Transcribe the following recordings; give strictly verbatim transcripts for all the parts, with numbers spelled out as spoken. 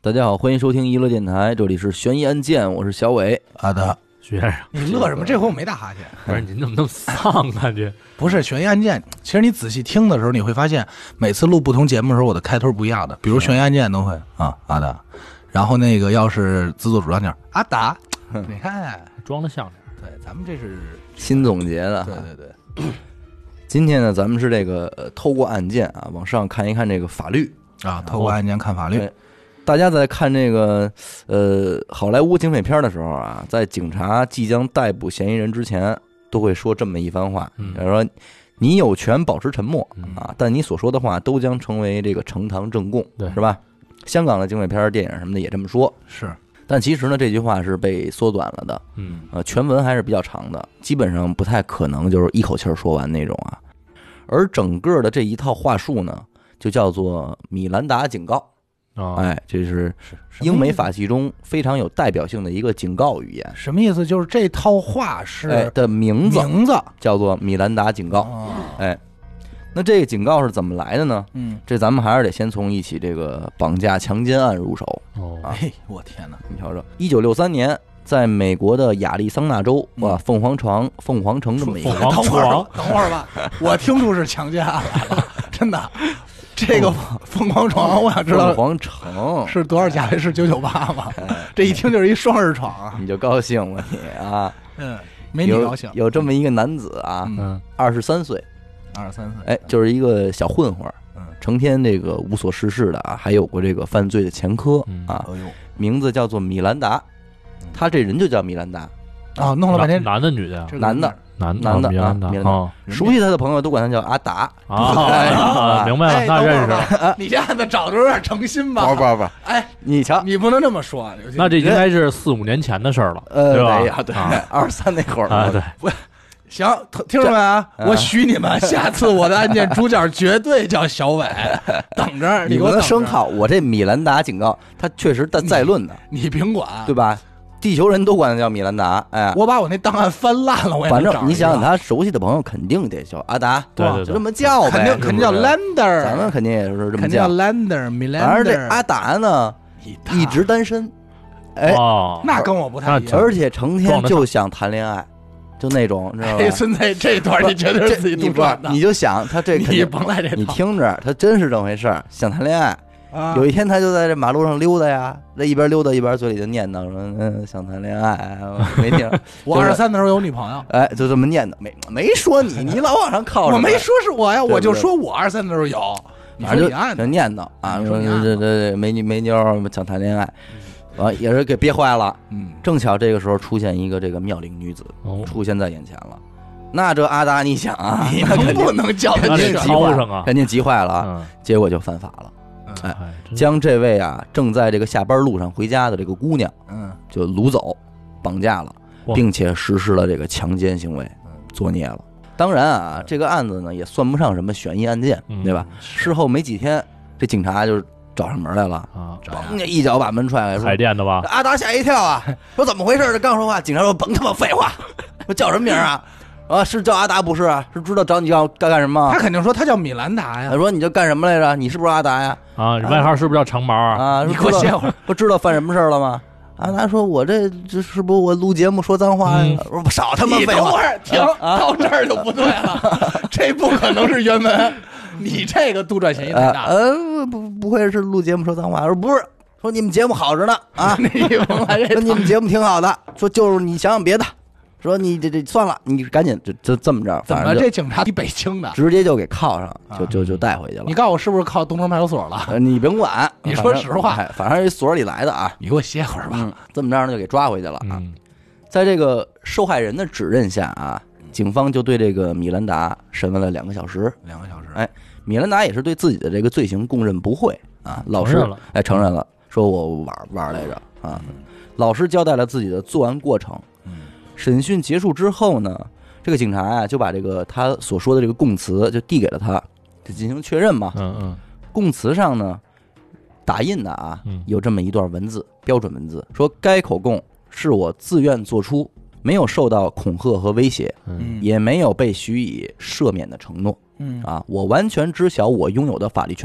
大家好，欢迎收听娱乐电台，这里是悬疑案件，我是小伟。 好的， 徐先生， 你乐什么？这回我没打哈欠。 不是你怎么那么丧感觉？ 不是悬疑案件，其实你仔细听的时候，你会发现每次录不同节目的时候，我的开头不一样的。比如悬疑案件都会啊阿达，然后那个要是自作主张点阿达，你看装的像点。 对，咱们这是新总结的。 对对对。 今天呢，咱们是这个、呃、透过案件啊，往上看一看这个法律啊，透过案件看法律。 大家在看这个呃好莱坞警匪片的时候啊，在警察即将逮捕嫌疑人之前，都会说这么一番话，比如说你有权保持沉默啊，但你所说的话都将成为这个呈堂证供， 对， 是吧？香港的警匪片、电影什么的也这么说， 是。 但其实呢，这句话是被缩短了的， 嗯， 呃，全文还是比较长的，基本上不太可能就是一口气儿说完那种啊。而整个的这一套话术呢，就叫做米兰达警告。 哦、 哎，这是英美法系中非常有代表性的一个警告语言。 什么意思？就是这套话是、 哎、的名字， 名字叫做米兰达警告。 哦、 哎，那这个警告是怎么来的呢？ 嗯， 这咱们还是得先从一起这个绑架强奸案入手。 哦， 啊， 哎，我天哪！ 你瞧瞧，一九六三年，在美国的亚利桑那州哇，凤凰床凤凰城这么一个， 等会儿，等会儿吧，我听出是强奸案来了，真的。这个凤凰床，我想知道凤凰城是多少价位？是九九八吗？这一听就是一双人床啊！ 你就高兴了你啊？ 嗯，没你高兴。 有这么一个男子啊， 嗯， 二十三岁， 二十三岁， 哎，就是一个小混混， 嗯， 成天这个无所事事的啊，还有过这个犯罪的前科啊，名字叫做米兰达，他这人就叫米兰达啊，弄了半天， 男的女的呀？ 男的。 男男的米兰达啊，熟悉他的朋友都管他叫阿达啊，明白了，那认识了。 你这案子找的有点诚心吧？ 不不不， 哎， 你瞧， 你不能这么说。 那这应该是四五年前的事儿了， 呃， 对吧？ 对呀，对，二三那会儿啊，对。 不行，听着没啊？我许你们，下次我的案件主角绝对叫小伟，等着。 你不能生靠我这米兰达警告，他确实在在论的， 你甭管， 对吧？地球人都管他叫米兰达，哎， 我把我那档案翻烂了，我也反正你想想，他熟悉的朋友肯定得叫阿达， 对对对， 就这么叫呗， 肯定肯定叫 Lander， 咱们肯定也是这么叫， 肯定叫 Lander， 米兰。 反正这阿达呢，一直单身，哎， 那跟我不太一样， 而且成天就想谈恋爱，就那种，知道吧？ 哎，孙子，这段你绝对是自己杜撰的， 你就想他这， 你甭来这， 你听着，他真是这回事儿，想谈恋爱。 啊、 有一天，他就在这马路上溜达呀，这一边溜达一边嘴里就念叨说：“嗯，想谈恋爱。”没听。 我二十三的时候有女朋友， 哎，就这么念叨，没没说你，你老往上靠。 我没说是我呀，我就说我二十三的时候有。 反正就就念叨啊，说这这美女美妞想谈恋爱，完也是给憋坏了。 嗯， 正巧这个时候出现一个这个妙龄女子出现在眼前了。那这阿达，你想啊， 你能不能叫他急坏了？ 肯定急坏了啊！结果就犯法了。哎，将这位啊正在这个下班路上回家的这个姑娘， 嗯， 就掳走、绑架了，并且实施了这个强奸行为，作孽了。当然啊，这个案子呢也算不上什么悬疑案件，对吧？事后没几天，这警察就找上门来了啊，嘣就一脚把门踹开， 彩电的吧？ 阿达吓一跳啊，说怎么回事？这刚说话，警察说甭他妈废话，说叫什么名啊？啊，是叫阿达不是啊？是知道找你要干干什么？ 他肯定说他叫米兰达呀。 他说你这干什么来着？你是不是阿达呀？ 啊，你外号是不是叫长毛啊？ 啊， 你给我歇会儿。 不知道犯什么事了吗？阿达说：“我这这是不是我录节目说脏话呀？”我说：“少他妈废话！” 等会儿停，到这儿就不对了，这不可能是原文。你这个杜撰嫌疑太大。 呃，不不会是录节目说脏话？我说不是，说你们节目好着呢啊，说你们节目挺好的，说就是你想想别的。说你这这算了，你赶紧就就这么着， 怎么这警察比北京的， 直接就给铐上，就就就带回去了。 你告诉我是不是靠东城派出所了？ 呃、你甭管， 你说实话， 反正所里来的啊。 你给我歇会儿吧。 嗯、这么着呢，就给抓回去了啊。 嗯、 在这个受害人的指认下啊，警方就对这个米兰达审问了两个小时。 两个小时， 哎，米兰达也是对自己的这个罪行供认不讳啊，老师哎承认了，说我玩玩来着啊。嗯、老师交代了自己的作案过程。审讯结束之后呢，这个警察啊就把这个他所说的这个供词就递给了他，就进行确认嘛。 嗯嗯。 供词上呢打印的啊，有这么一段文字，标准文字，说该口供是我自愿做出，没有受到恐吓和威胁， 嗯， 也没有被许以赦免的承诺。 嗯啊，我完全知晓我拥有的法律权利，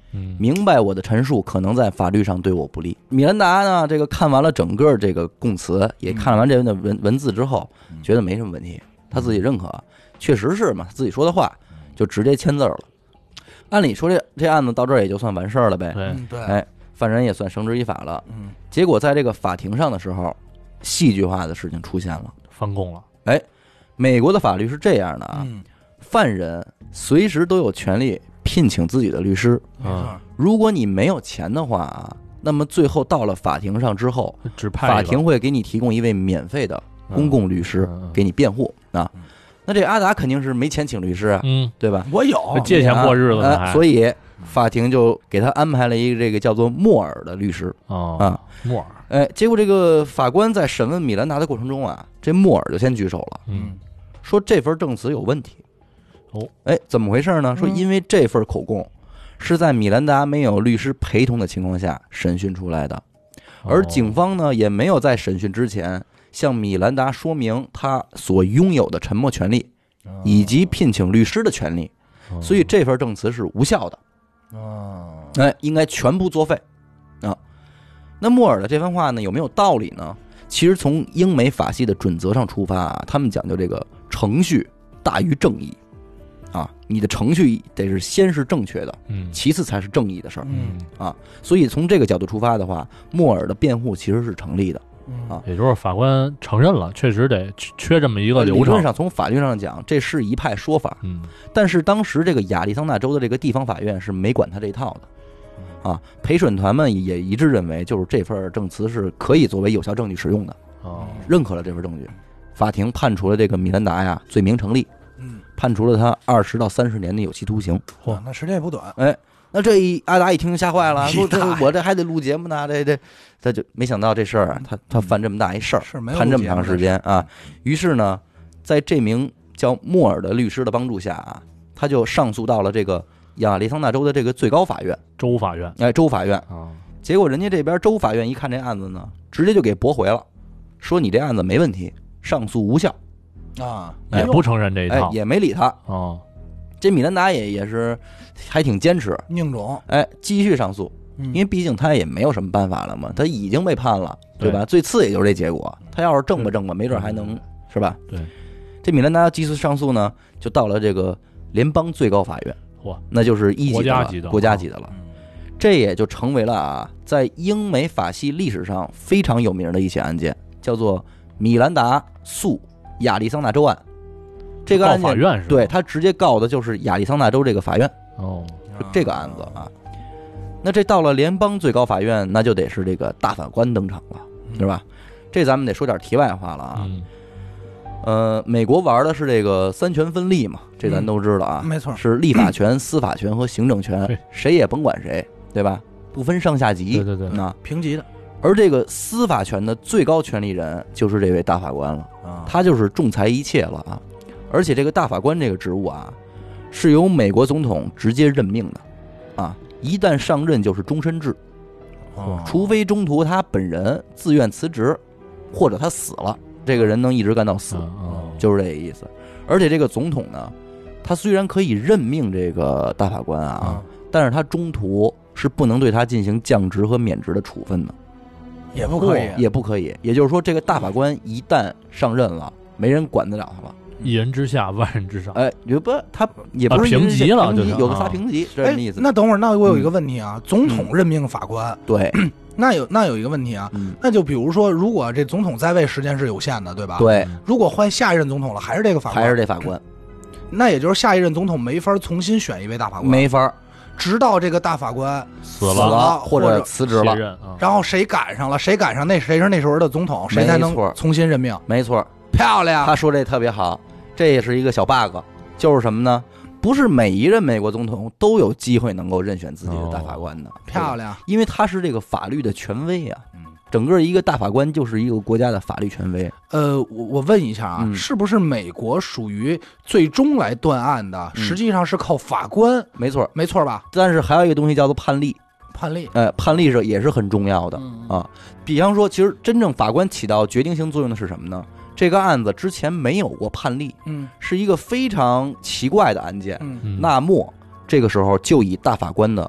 明白我的陈述可能在法律上对我不利。米兰达呢，这个看完了整个这个供词，也看完这文文文字之后，觉得没什么问题，他自己认可，确实是嘛，自己说的话，就直接签字了。按理说这这案子到这儿也就算完事儿了呗， 对对， 哎，犯人也算绳之以法了。 嗯， 结果在这个法庭上的时候，戏剧化的事情出现了， 翻供了。 哎，美国的法律是这样的啊， 嗯， 犯人随时都有权利聘请自己的律师。 没错， 如果你没有钱的话啊，那么最后到了法庭上之后， 指派法庭会给你提供一位免费的公共律师给你辩护啊。那这阿达肯定是没钱请律师啊， 嗯， 对吧？ 我有借钱过日子呢， 呃，所以法庭就给他安排了一个这个叫做莫尔的律师哦啊， 莫尔， 哎，结果这个法官在审问米兰达的过程中啊，这莫尔就先举手了， 嗯， 说这份证词有问题。 哦， 哎，怎么回事呢？说因为这份口供是在米兰达没有律师陪同的情况下审讯出来的，而警方呢也没有在审讯之前向米兰达说明他所拥有的沉默权利以及聘请律师的权利，所以这份证词是无效的。 哦， 哎，应该全部作废啊。那莫尔的这番话呢，有没有道理呢？其实从英美法系的准则上出发啊，他们讲究这个程序大于正义啊，你的程序得是先是正确的， 嗯， 其次才是正义的事儿， 嗯啊，所以从这个角度出发的话，莫尔的辩护其实是成立的啊。 也就是法官承认了，确实得缺这么一个流程。 理论上，从法律上讲，这是一派说法， 嗯， 但是当时这个亚利桑那州的这个地方法院是没管他这一套的，啊，陪审团们也一致认为，就是这份证词是可以作为有效证据使用的， 哦， 认可了这份证据。法庭判处了这个米兰达呀罪名成立， 嗯， 判处了他二十到三十年的有期徒刑。 嚯，那时间也不短。 哎，那这一阿达一听吓坏了，说这我这还得录节目呢，这这他就没想到这事儿啊，他他犯这么大一事儿，判这么长时间啊。于是呢，在这名叫莫尔的律师的帮助下啊，他就上诉到了这个亚利桑那州的这个最高法院， 州法院， 哎，州法院啊。 结果人家这边州法院一看这案子呢，直接就给驳回了，说你这案子没问题，上诉无效啊， 也不承认这一套， 哎，也没理他。 哦， 这米兰达也也是还挺坚持， 宁种， 哎，继续上诉。因为毕竟他也没有什么办法了嘛，他已经被判了，对吧？最次也就是这结果，他要是正吧正吧，没准还能是吧？ 对， 这米兰达继续上诉呢，就到了这个联邦最高法院， 嚯， 那就是一级的了，国家级的了。这也就成为了啊，在英美法系历史上非常有名的一起案件，叫做米兰达诉亚利桑那州案。这个案件， 告法院是吧？ 对，他直接告的就是亚利桑那州这个法院。 哦， 这个案子啊。那这到了联邦最高法院，那就得是这个大法官登场了，是吧？这咱们得说点题外话了啊。 嗯、 呃，美国玩的是这个三权分立嘛，这咱都知道啊。 嗯、没错， 是立法权、司法权和行政权，谁也甭管谁，对吧？不分上下级。 对对对， 啊， 平级的。 而这个司法权的最高权力人就是这位大法官了， 啊、 他就是仲裁一切了啊。而且这个大法官这个职务啊，是由美国总统直接任命的，啊。一旦上任就是终身制， 哦， 除非中途他本人自愿辞职，或者他死了，这个人能一直干到死， 哦、 就是这个意思。而且这个总统呢，他虽然可以任命这个大法官啊， 嗯、 但是他中途是不能对他进行降职和免职的处分的， 也不可以， 也不可以。也就是说，这个大法官一旦上任了，没人管得了他了。 一人之下，万人之上。 哎，也不，他也不是评级了，就有的仨评级，这意思。 那等会儿，那我有一个问题啊，总统任命法官， 对， 那有那有一个问题啊，那就比如说，如果这总统在位时间是有限的，对吧？ 对。 如果换下一任总统了，还是这个法官， 还是这法官， 那也就是下一任总统没法重新选一位大法官， 没法， 直到这个大法官死了或者辞职了， 然后谁赶上了，谁赶上那谁是那时候的总统，谁才能重新任命。 没错， 漂亮。 他说这特别好。这也是一个小 bug， 就是什么呢？不是每一任美国总统都有机会能够任选自己的大法官的。 哦、漂亮， 因为他是这个法律的权威啊。整个一个大法官就是一个国家的法律权威。 呃，我我问一下啊， 嗯、 是不是美国属于最终来断案的， 嗯、 实际上是靠法官？ 没错， 没错吧？ 但是还有一个东西叫做判例。 判例， 呃，判例是也是很重要的、 嗯、 啊。比方说，其实真正法官起到决定性作用的是什么呢？这个案子之前没有过判例， 嗯， 是一个非常奇怪的案件， 嗯， 那么这个时候就以大法官的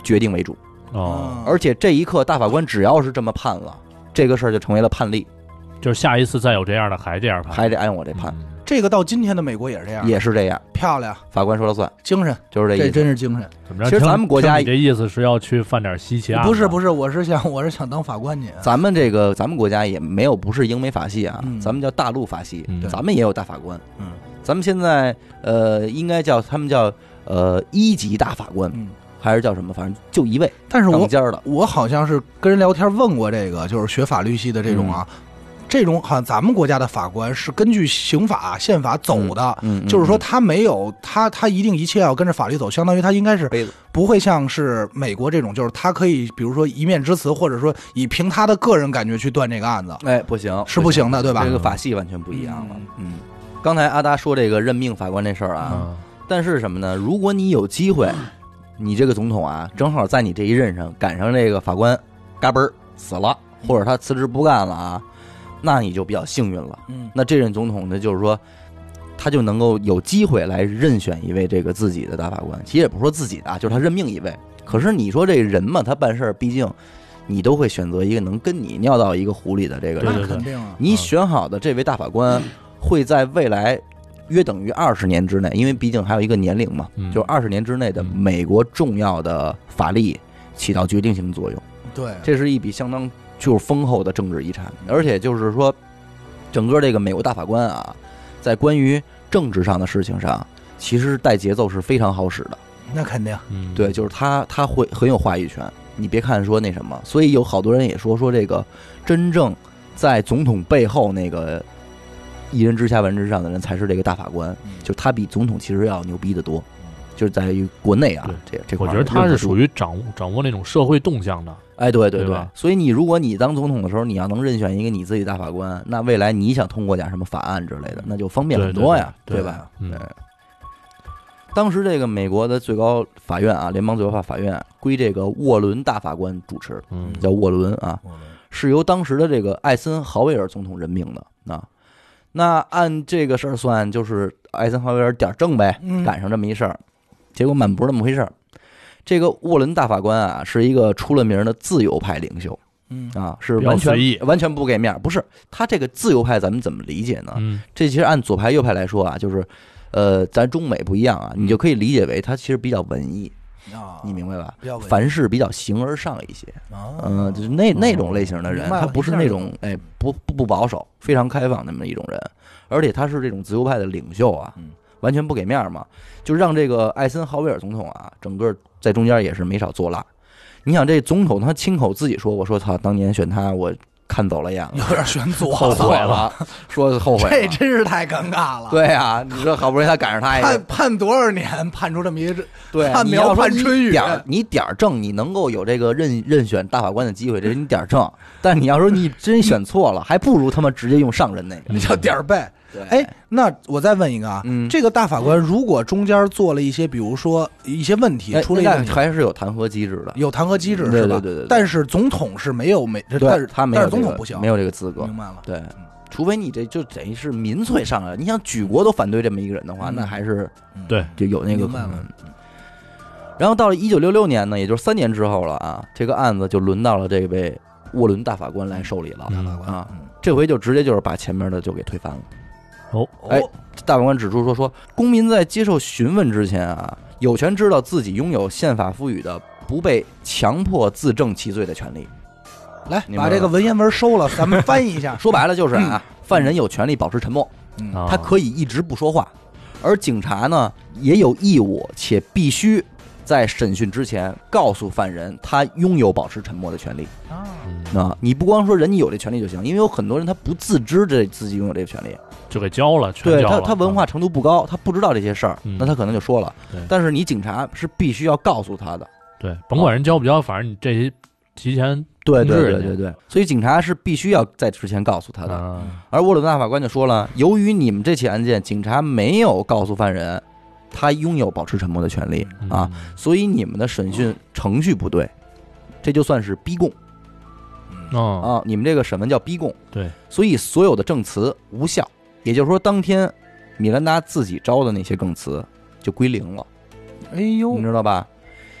决定为主。 哦， 而且这一刻大法官只要是这么判了，这个事儿就成为了判例， 就是下一次再有这样的还这样判， 还得按我这判。 嗯这个到今天的美国也是这样， 也是这样， 漂亮， 法官说了算， 精神， 就是这意思。 这真是精神。 怎么着？ 其实咱们国家你这意思是要去犯点稀奇案？ 不是不是，我是想我是想当法官去。 咱们这个咱们国家也没有不是英美法系啊， 嗯、 咱们叫大陆法系， 嗯、 咱们也有大法官。 嗯， 咱们现在呃应该叫他们叫呃一级大法官， 嗯， 还是叫什么？反正就一位。 但是我尖的， 我好像是跟人聊天问过这个，就是学法律系的这种啊。嗯，这种好像咱们国家的法官是根据刑法宪法走的， 嗯嗯嗯、 就是说他没有他他一定一切要跟着法律走，相当于他应该是不会像是美国这种，就是他可以比如说一面之词，或者说以凭他的个人感觉去断这个案子， 哎，不行， 是不行的，对吧？ 这个法系完全不一样了。嗯，刚才阿达说这个任命法官这事儿啊， 嗯、 但是什么呢？如果你有机会，你这个总统啊，正好在你这一任上赶上这个法官嘎嘣儿死了，或者他辞职不干了啊。那你就比较幸运了， 嗯， 那这任总统呢，就是说，他就能够有机会来任选一位这个自己的大法官。其实也不是说自己的啊，就是他任命一位。可是你说这人嘛，他办事儿，毕竟你都会选择一个能跟你尿到一个壶里的这个人。 那肯定啊。 你选好的这位大法官，会在未来约等于二十年之内，因为毕竟还有一个年龄嘛， 嗯、 就二十年之内的美国重要的法律起到决定性作用。 对， 这是一笔相当。就是丰厚的政治遗产，而且就是说，整个这个美国大法官啊，在关于政治上的事情上，其实带节奏是非常好使的。 那肯定， 嗯， 对，就是他他会很有话语权。你别看说那什么，所以有好多人也说说这个真正在总统背后那个一人之下万人之上的人才是这个大法官，就他比总统其实要牛逼得多。就是在于国内啊，这这块我觉得他是属于掌握掌握那种社会动向的。 哎，对对对, 对，所以你如果你当总统的时候，你要能任选一个你自己大法官，那未来你想通过点什么法案之类的，那就方便很多呀， 对, 对, 对, 对吧？ 嗯、 对。当时这个美国的最高法院啊，联邦最高法院归这个沃伦大法官主持， 嗯， 叫沃伦啊，是由当时的这个艾森豪威尔总统任命的啊。那按这个事儿算，就是艾森豪威尔点正呗，赶上这么一事儿。结果满不是那么回事儿。这个沃伦大法官啊，是一个出了名的自由派领袖，嗯啊，是完全完全不给面。不是他这个自由派，咱们怎么理解呢？ 嗯， 这其实按左派右派来说啊，就是，呃，咱中美不一样啊，你就可以理解为他其实比较文艺， 啊， 你明白吧？ 比较凡事比较形而上一些，嗯、呃，就是那那种类型的人，他不是那种哎不不不保守、非常开放那么一种人，而且他是这种自由派的领袖啊。嗯，完全不给面嘛，就让这个艾森豪威尔总统啊，整个在中间也是没少作辣。你想这总统他亲口自己说，我说操，当年选他我看走了眼了， 有点选左了， 后悔了，说后悔了， 这真是太尴尬了。 对啊，你说好不容易他赶上他一个判判多少年，判出这么一个对， 判苗判春雨， 点你点正，你能够有这个任任选大法官的机会，这是你点正。但你要说你真选错了，还不如他妈直接用上任那个， 你叫点背。哎，那我再问一个啊， 嗯， 这个大法官如果中间做了一些，比如说一些问题，出了一个还是有弹劾机制的， 有弹劾机制是吧？ 对对对。 但是总统是没有没，但是他没有， 但是总统不行， 没有这个资格。 明白了， 对，除非你这就等于是民粹上来，你想举国都反对这么一个人的话，那还是对就有那个可能。然后到了一九六六年呢，也就是三年之后了啊，这个案子就轮到了这位沃伦大法官来受理了啊，这回就直接就是把前面的就给推翻了。 哦， 哎，大法官指出说说，公民在接受询问之前啊，有权知道自己拥有宪法赋予的不被强迫自证其罪的权利。 来，把这个文言文收了，咱们翻译一下。 说白了就是啊，犯人有权利保持沉默， 嗯， 他可以一直不说话，而警察呢也有义务且必须在审讯之前告诉犯人他拥有保持沉默的权利。啊，你不光说人家有这权利就行，因为有很多人他不自知这自己拥有这个权利。 就给交了，全交了。对他，他文化程度不高，他不知道这些事儿， 嗯、 那他可能就说了。但是你警察是必须要告诉他的。 对，甭管人交不交，反正你这些提前对对对对对，所以警察是必须要在之前告诉他的。 啊、 而沃伦大法官就说了，由于你们这起案件，警察没有告诉犯人他拥有保持沉默的权利、 嗯、 啊，所以你们的审讯程序不对，这就算是逼供。 哦、 啊，你们这个审问叫逼供。 对， 所以所有的证词无效。也就是说，当天米兰达自己招的那些证词就归零了。 哎呦， 你知道吧？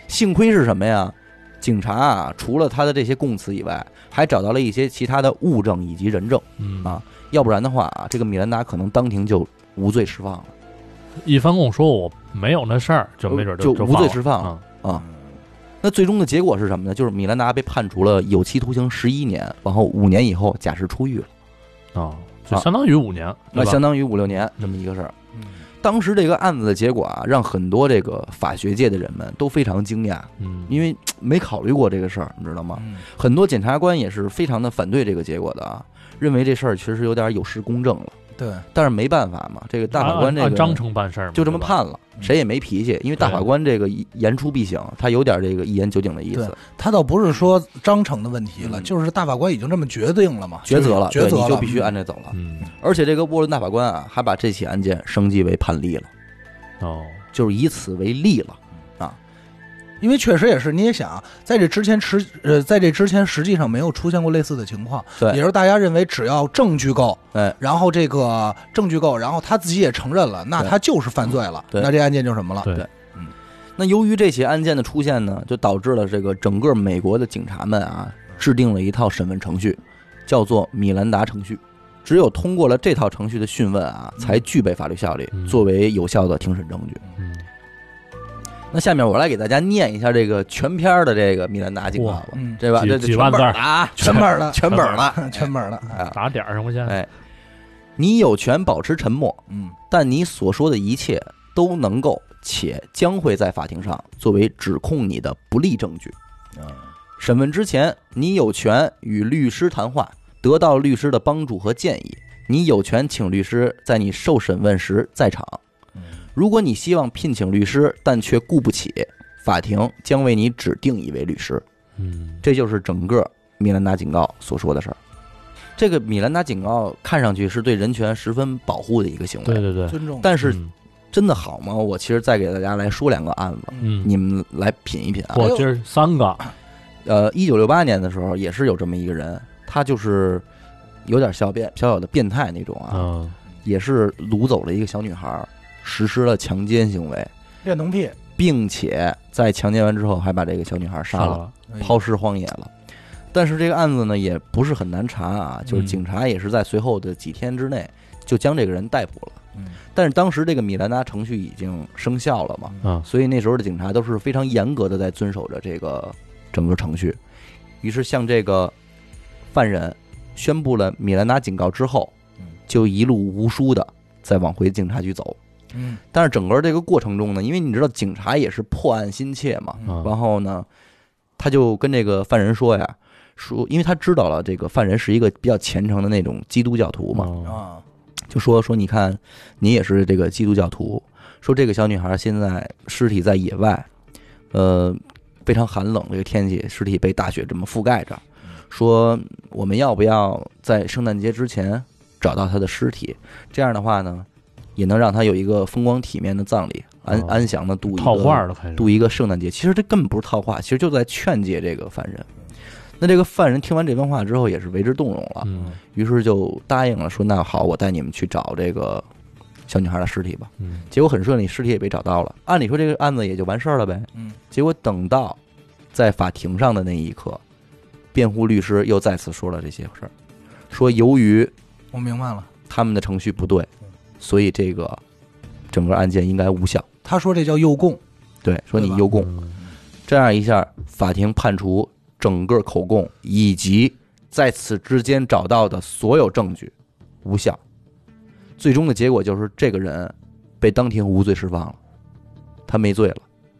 幸亏是什么呀？警察啊，除了他的这些供词以外，还找到了一些其他的物证以及人证， 嗯啊，要不然的话啊，这个米兰达可能当庭就无罪释放了。 一翻供说我没有那事儿，就没准就就无罪释放了啊。那最终的结果是什么呢？就是米兰达被判处了有期徒刑十一年，然后五年以后假释出狱了。 啊，就相当于五年， 那相当于五六年这么一个事儿。当时这个案子的结果啊，让很多这个法学界的人们都非常惊讶， 嗯， 因为没考虑过这个事儿，你知道吗？ 嗯、 很多检察官也是非常的反对这个结果的啊，认为这事儿确实有点有失公正了。 对， 但是没办法嘛，这个大法官这个按章程办事儿， 就这么判了，谁也没脾气，因为大法官这个言出必行，他有点这个一言九鼎的意思。 他倒不是说章程的问题了，嗯、就是大法官已经这么决定了嘛， 抉择了， 抉择了， 你就必须按这走了。 嗯， 而且这个沃伦大法官啊，还把这起案件升级为判例了。 哦， 就是以此为例了啊， 因为确实也是，你也想，在这之前实呃，在这之前实际上没有出现过类似的情况， 对， 也是大家认为只要证据够， 哎， 然后这个证据够，然后他自己也承认了，那他就是犯罪了，那这案件就什么了？ 对， 嗯，那由于这起案件的出现呢，就导致了这个整个美国的警察们啊，制定了一套审问程序，叫做米兰达程序。只有通过了这套程序的讯问啊，才具备法律效力，作为有效的庭审证据。 嗯， 那下面我来给大家念一下这个全篇的这个米兰达警告吧，对吧？这几万字啊， 全本的， 全本的， 全本的， 打点上我先。 哎，你有权保持沉默， 嗯， 但你所说的一切都能够且将会在法庭上作为指控你的不利证据。审问之前，你有权与律师谈话。得到律师的帮助和建议，你有权请律师在你受审问时在场。如果你希望聘请律师，但却雇不起，法庭将为你指定一位律师。 嗯， 这就是整个米兰达警告所说的事儿。这个米兰达警告看上去是对人权十分保护的一个行为， 对对对， 尊重。 但是真的好吗？我其实再给大家来说两个案子， 嗯， 你们来品一品啊。 我今儿三个， 呃，一九六八年的时候，也是有这么一个人。他就是有点小变小小的变态那种啊， 嗯， 也是掳走了一个小女孩，实施了强奸行为， 恋童癖， 并且在强奸完之后还把这个小女孩杀了，抛尸荒野了。但是这个案子呢也不是很难查啊，就是警察也是在随后的几天之内就将这个人逮捕了。 嗯， 但是当时这个米兰达程序已经生效了嘛， 嗯， 所以那时候的警察都是非常严格的在遵守着这个整个程序。于是向这个犯人宣布了米兰达警告之后，就一路无书的再往回警察局走。 嗯， 但是整个这个过程中呢，因为你知道警察也是破案心切嘛， 嗯、 然后呢，他就跟这个犯人说呀，说因为他知道了这个犯人是一个比较虔诚的那种基督教徒嘛， 啊、 嗯， 就说说你看你也是这个基督教徒，说这个小女孩现在尸体在野外，呃，非常寒冷这个天气，尸体被大雪这么覆盖着。说我们要不要在圣诞节之前找到他的尸体？这样的话呢，也能让他有一个风光体面的葬礼，安安详的度一个套话了，开始度一个圣诞节。其实这根本不是套话，其实就在劝诫这个犯人。那这个犯人听完这番话之后，也是为之动容了， 嗯， 于是就答应了，说那好，我带你们去找这个小女孩的尸体吧。 嗯， 结果很顺利，尸体也被找到了。按理说这个案子也就完事儿了呗。 嗯， 结果等到在法庭上的那一刻。辩护律师又再次说了这些事儿，说由于我明白了， 他们的程序不对，所以这个整个案件应该无效。 他说这叫诱供， 对，说你诱供，这样一下，法庭判处整个口供以及在此之间找到的所有证据无效。最终的结果就是这个人被当庭无罪释放了，他没罪了。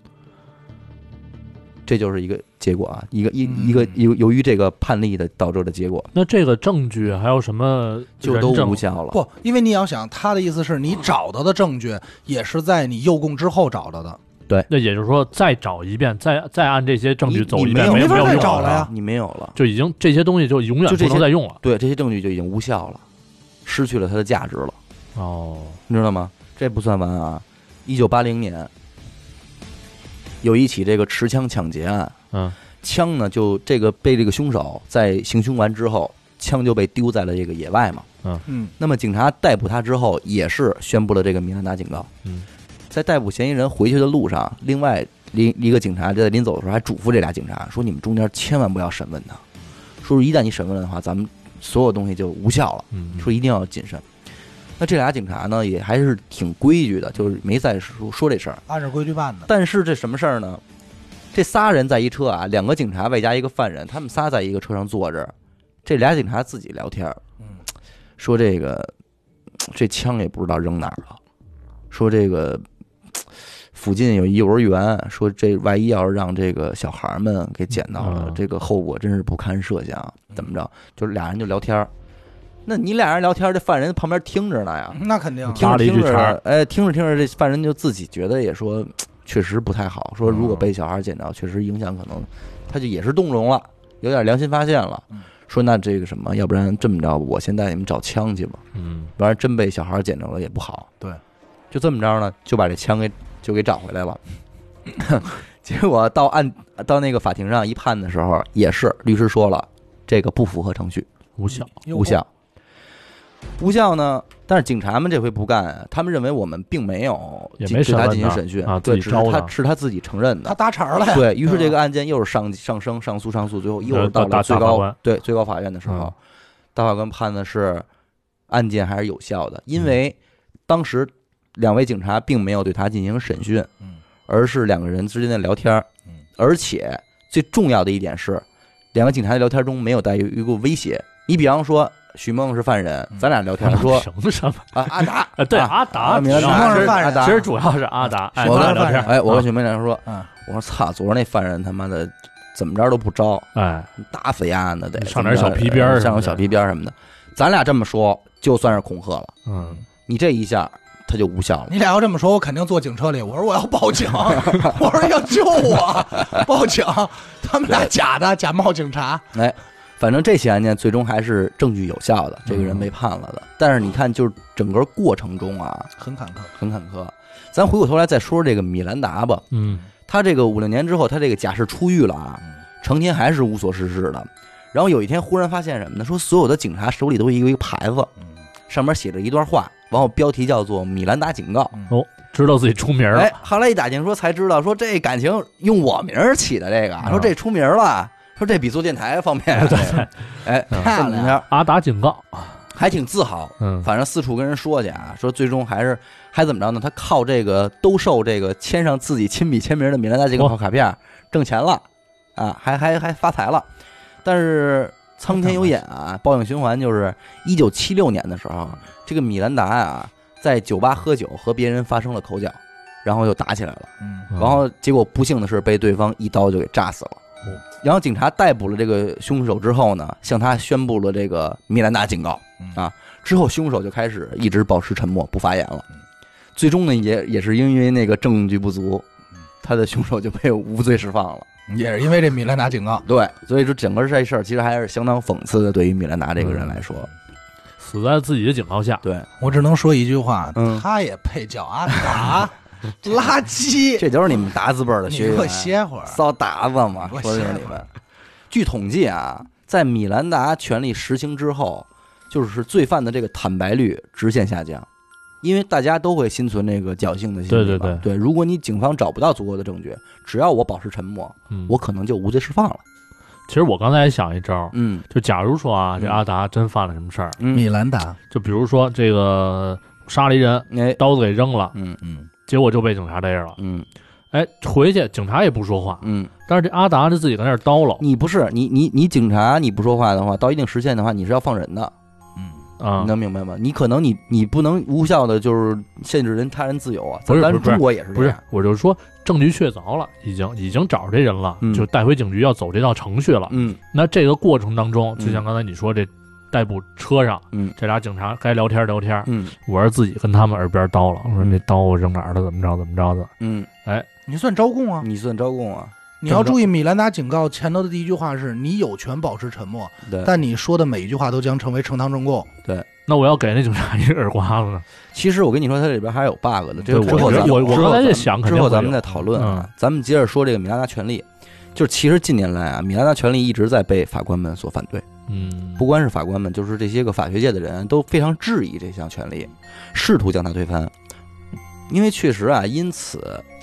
这就是一个结果啊，一个一一个由由于这个判例的导致的结果。 那这个证据还有什么就都无效了？ 不，因为你要想，他的意思是你找到的证据也是在你诱供之后找到的。 对， 那也就是说，再找一遍，再再按这些证据走一遍， 没有没有用了呀？ 你没有了， 就已经这些东西就永远不能再用了。 对，这些证据就已经无效了，失去了它的价值了。 哦， 你知道吗？这不算完啊！一九八零年。有一起这个持枪抢劫案， 嗯， 枪呢就这个被这个凶手在行凶完之后，枪就被丢在了这个野外嘛， 嗯嗯。 那么警察逮捕他之后，也是宣布了这个米兰达警告。 嗯， 在逮捕嫌疑人回去的路上，另外一一个警察在临走的时候还嘱咐这俩警察说：“你们中间千万不要审问他，说一旦你审问了的话，咱们所有东西就无效了。说一定要谨慎。”那这俩警察呢，也还是挺规矩的，就是没再说说这事儿， 按照规矩办的。 但是这什么事儿呢？这仨人在一车啊，两个警察外加一个犯人，他们仨在一个车上坐着，这俩警察自己聊天， 嗯， 说这个这枪也不知道扔哪儿了，说这个附近有一幼儿园，说这万一要是让这个小孩们给捡到了， 嗯、 这个后果真是不堪设想。怎么着？就是俩人就聊天。那你俩人聊天，这犯人旁边听着呢呀， 那肯定听着听着，哎，听着听着，这犯人就自己觉得也说，确实不太好。说如果被小孩捡着，确实影响可能，他就也是动容了，有点良心发现了。说那这个什么，要不然这么着，我先带你们找枪去吧。嗯，不然真被小孩捡着了也不好。 对， 就这么着呢，就把这枪给就给找回来了。结果到案到那个法庭上一判的时候，也是律师说了，这个不符合程序， 无效， 无效。无效呢？但是警察们这回不干，他们认为我们并没有对他进行审讯啊， 对，只是他是他自己承认的， 他搭茬了呀。 对于是这个案件又是上上升、上诉、上诉，最后又是到了最高对最高法院的时候，大法官判的是案件还是有效的，因为当时两位警察并没有对他进行审讯，而是两个人之间的聊天，而且最重要的一点是，两个警察的聊天中没有带有一个威胁。你比方说。许梦是犯人，咱俩聊天说什么什么啊？阿达啊，对阿达， 许梦是犯人， 其实主要是阿达。 我跟聊天， 哎，我跟许梦俩说，我说操，昨儿那犯人他妈的怎么着都不招， 哎， 打死丫呢得上点小皮鞭， 上点小皮鞭什么的。咱俩这么说，就算是恐吓了。 嗯， 你这一下他就无效了。 你俩要这么说，我肯定坐警车里。我说我要报警，我说要救我，报警。他们俩假的，假冒警察。 哎。反正这起案件最终还是证据有效的，这个人被判了的。但是你看，就是整个过程中啊， 很坎坷， 很坎坷。咱回过头来再说说这个米兰达吧。 嗯， 他这个五六年之后，他这个假释出狱了啊，成天还是无所事事的。然后有一天忽然发现什么呢？说所有的警察手里都有一个一个牌子，上面写着一段话，然后标题叫做“米兰达警告”。 哦，知道自己出名了。 哎，后来一打听说才知道，说这感情用我名起的这个，说这出名了。说这比做电台方便， 对， 哎，这么着， 阿达警告， 还挺自豪，嗯，反正四处跟人说去啊，说最终还是还怎么着呢？他靠这个兜售这个签上自己亲笔签名的米兰达警告卡片挣钱了，啊，还还还发财了。但是苍天有眼啊，报应循环，就是一九七六年的时候，这个米兰达啊，在酒吧喝酒和别人发生了口角，然后又打起来了，嗯，然后结果不幸的是被对方一刀就给炸死了。然后警察逮捕了这个凶手之后呢，向他宣布了这个米兰达警告啊。之后凶手就开始一直保持沉默，不发言了。最终呢，也也是因为那个证据不足，他的凶手就被无罪释放了。 也是因为这米兰达警告。 对，所以说整个这事儿其实还是相当讽刺的，对于米兰达这个人来说， 死在自己的警告下。 对， 我只能说一句话，嗯，他也配叫阿达。垃圾， 这都是你们达字辈的学员， 你给我歇会儿， 骚达子嘛，说的是你们。据统计啊，在米兰达权力实行之后，就是罪犯的这个坦白率直线下降，因为大家都会心存那个侥幸的心理。 对对对对，如果你警方找不到足够的证据，只要我保持沉默，嗯、我可能就无罪释放了。 其实我刚才也想一招， 嗯， 就假如说啊，这阿达真犯了什么事儿， 嗯、 米兰达， 就比如说这个杀了一人， 哎， 刀子给扔了， 嗯嗯。 结果就被警察逮着了， 嗯， 哎，回去警察也不说话， 嗯， 但是这阿达就自己在那儿叨唠。 你不是你你你警察你不说话的话，到一定时限的话，你是要放人的， 嗯啊， 你能明白吗？你可能你你不能无效的就是限制人他人自由啊， 不是， 咱中国也是不是，我就是说证据确凿了，已经已经找着这人了， 嗯、 就带回警局要走这道程序了， 嗯， 那这个过程当中，就像刚才你说这。逮捕车上， 嗯， 这俩警察该聊天聊天， 嗯， 我是自己跟他们耳边叨了，我说这刀我扔哪儿了，怎么着怎么着的， 嗯， 哎， 你算招供啊， 你算招供啊， 你要注意，米兰达警告前头的第一句话是你有权保持沉默， 对， 但你说的每一句话都将成为呈堂证供， 对， 那我要给那警察一个耳刮子呢？ 其实我跟你说，它里边还有 bug 的，这个之后我我我刚才在想， 之后咱们再讨论啊，咱们接着说这个米兰达权利。就是其实近年来啊，米兰达权利一直在被法官们所反对。 嗯， 不光是法官们，就是这些个法学界的人都非常质疑这项权利，试图将它推翻。因为确实啊，因此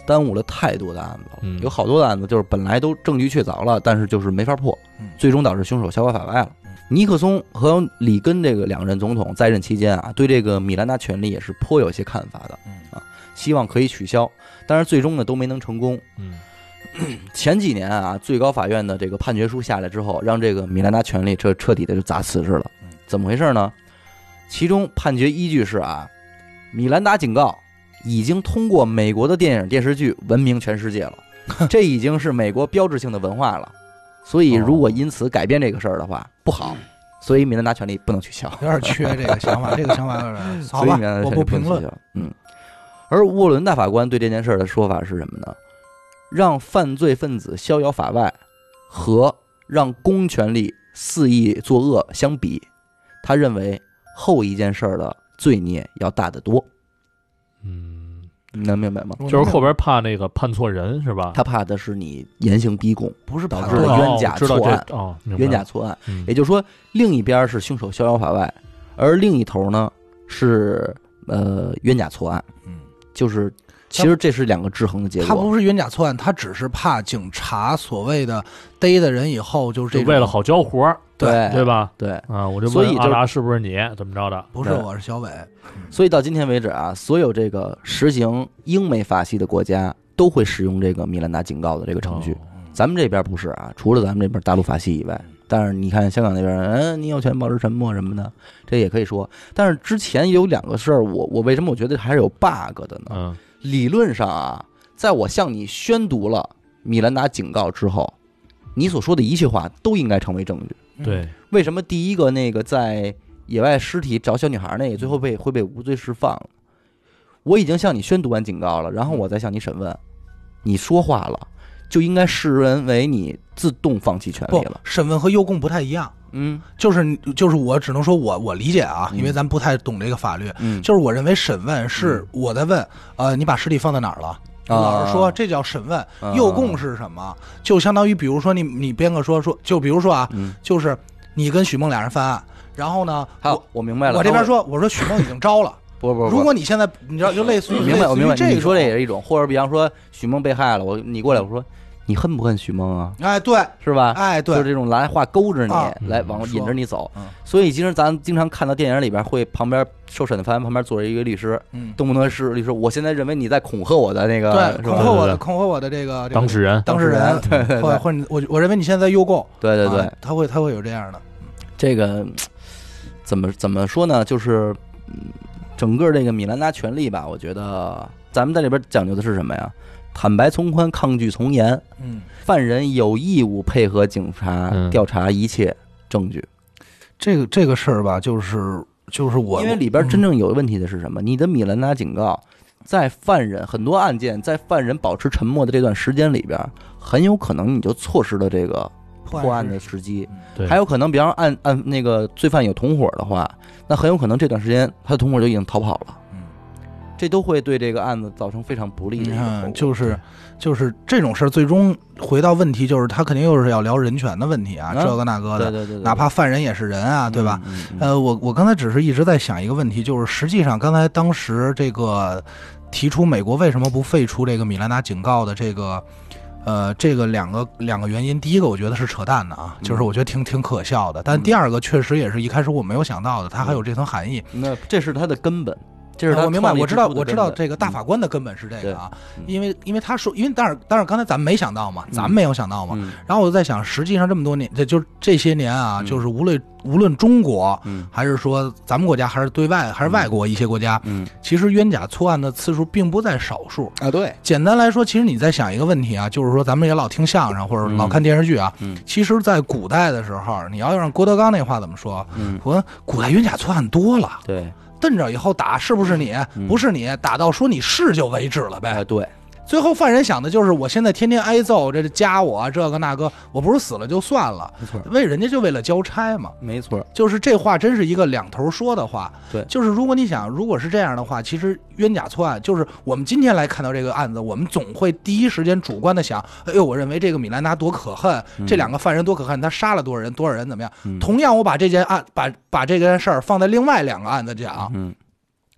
耽误了太多的案子了。 嗯、 有好多的案子就是本来都证据确凿了，但是就是没法破，最终导致凶手逍遥法外了。尼克松和里根这个两任总统在任期间啊，对这个米兰达权利也是颇有些看法的啊，希望可以取消，但是最终呢都没能成功。 嗯， 前几年啊，最高法院的这个判决书下来之后，让这个米兰达权利这彻底的就砸瓷实了。怎么回事呢？其中判决依据是啊，米兰达警告已经通过美国的电影电视剧闻名全世界了，这已经是美国标志性的文化了。所以，如果因此改变这个事儿的话，不好。所以，米兰达权利不能取消。 有点缺这个想法，这个想法有点。好吧，我不评论。 嗯。而沃伦大法官对这件事的说法是什么呢？让犯罪分子逍遥法外和让公权力肆意作恶相比，他认为后一件事的罪孽要大得多。 嗯。 你能明白吗？ 就是后边怕那个判错人是吧？ 他怕的是你严刑逼供， 不是导致冤假错案。 哦， 冤假错案， 嗯、 也就是说，另一边是凶手逍遥法外，而另一头呢是呃冤假错案。 嗯， 就是其实这是两个制衡的结果。 他不是冤假错案，他只是怕警察所谓的逮的人以后就是这为了好交活， 对对吧？ 对啊，我就所以阿达是不是你怎么着的？ 不是，我是小伟。 所以到今天为止啊，所有这个实行英美法系的国家都会使用这个米兰达警告的这个程序。 哦、 咱们这边不是啊，除了咱们这边大陆法系以外，但是你看香港那边，嗯，你有权保持沉默什么的，这也可以说。但是之前有两个事儿，我我为什么我觉得还是有 bug 的呢？ 嗯， 理论上啊，在我向你宣读了米兰达警告之后，你所说的一切话都应该成为证据。 对， 为什么第一个那个在野外尸体找小女孩那个最后被会被无罪释放？我已经向你宣读完警告了，然后我再向你审问，你说话了，就应该视人为你自动放弃权利了。 审问和诱供不太一样。 嗯， 就是就是我只能说我我理解啊，因为咱不太懂这个法律。 嗯， 就是我认为审问是我在问，呃，你把尸体放在哪儿了？老师说这叫审问，诱供是什么？就相当于比如说你你编个说说，就比如说啊，就是你跟许梦俩人犯案。然后呢？ 好，我明白了。 我这边说，我说许梦已经招了。 不不不， 如果你现在你知道，就类似于明白，我明白。 这你说这也是一种，或者比方说许梦被害了，我你过来，我说你恨不恨许梦啊？ 哎，对， 是吧？ 哎，对， 就这种来话勾着你， 啊、 来往引着你走。嗯、所以其实咱经常看到电影里边会旁边受审判旁边坐着一个律师， 嗯， 动不动是律师，我现在认为你在恐吓我的那个， 对，恐吓我的，恐吓我的这个当事人， 当事人， 对对， 或者或者我我认为你现在在诱供， 对对对， 啊、他会他会有这样的， 这个。怎么怎么说呢？就是，整个这个米兰达权利吧，我觉得咱们在这边讲究的是什么呀？坦白从宽，抗拒从严。 嗯， 犯人有义务配合警察调查一切证据。 嗯、这个这个事儿吧，就是就是我， 因为里边真正有问题的是什么？嗯、你的米兰达警告，在犯人很多案件在犯人保持沉默的这段时间里边，很有可能你就错失了这个。破案的时机，还有可能，比方说按按那个罪犯有同伙的话，那很有可能这段时间他的同伙就已经逃跑了， 嗯， 这都会对这个案子造成非常不利的一个后果。 就是就是这种事儿，最终回到问题，就是他肯定又是要聊人权的问题啊，这个那个的， 对对对， 哪怕犯人也是人啊，对吧？ 嗯嗯、 呃，我我刚才只是一直在想一个问题，就是实际上刚才当时这个提出美国为什么不废除这个米兰达警告的这个。呃，这个两个两个原因，第一个我觉得是扯淡的啊，就是我觉得挺挺可笑的。但第二个确实也是一开始我没有想到的，它还有这层含义。 那这是它的根本，这是他我明白，我知道，我知道这个大法官的根本是这个啊，因为因为他说，因为当然当然刚才咱们没想到嘛，咱们没有想到嘛。然后我就在想，实际上这么多年，这就这些年啊，就是无论无论中国，还是说咱们国家，还是对外还是外国一些国家， 嗯， 其实冤假错案的次数并不在少数啊。对， 简单来说，其实你在想一个问题啊，就是说咱们也老听相声或者老看电视剧啊， 嗯， 其实，在古代的时候，你要让郭德纲那话怎么说？ 嗯， 我古代冤假错案多了， 对。 瞪着以后打是不是你？不是你，打到说你是就为止了呗。 哎，对。 最后犯人想的就是我现在天天挨揍，这加我这个那个，我不是死了就算了。 没错， 为人家就为了交差嘛。 没错， 就是这话真是一个两头说的话。 对， 就是如果你想，如果是这样的话，其实冤假错案，就是我们今天来看到这个案子，我们总会第一时间主观的想，哎呦，我认为这个米兰达多可恨， 嗯、 这两个犯人多可恨，他杀了多少人，多少人怎么样？ 嗯、 同样，我把这件案把把这件事儿放在另外两个案子讲。 嗯。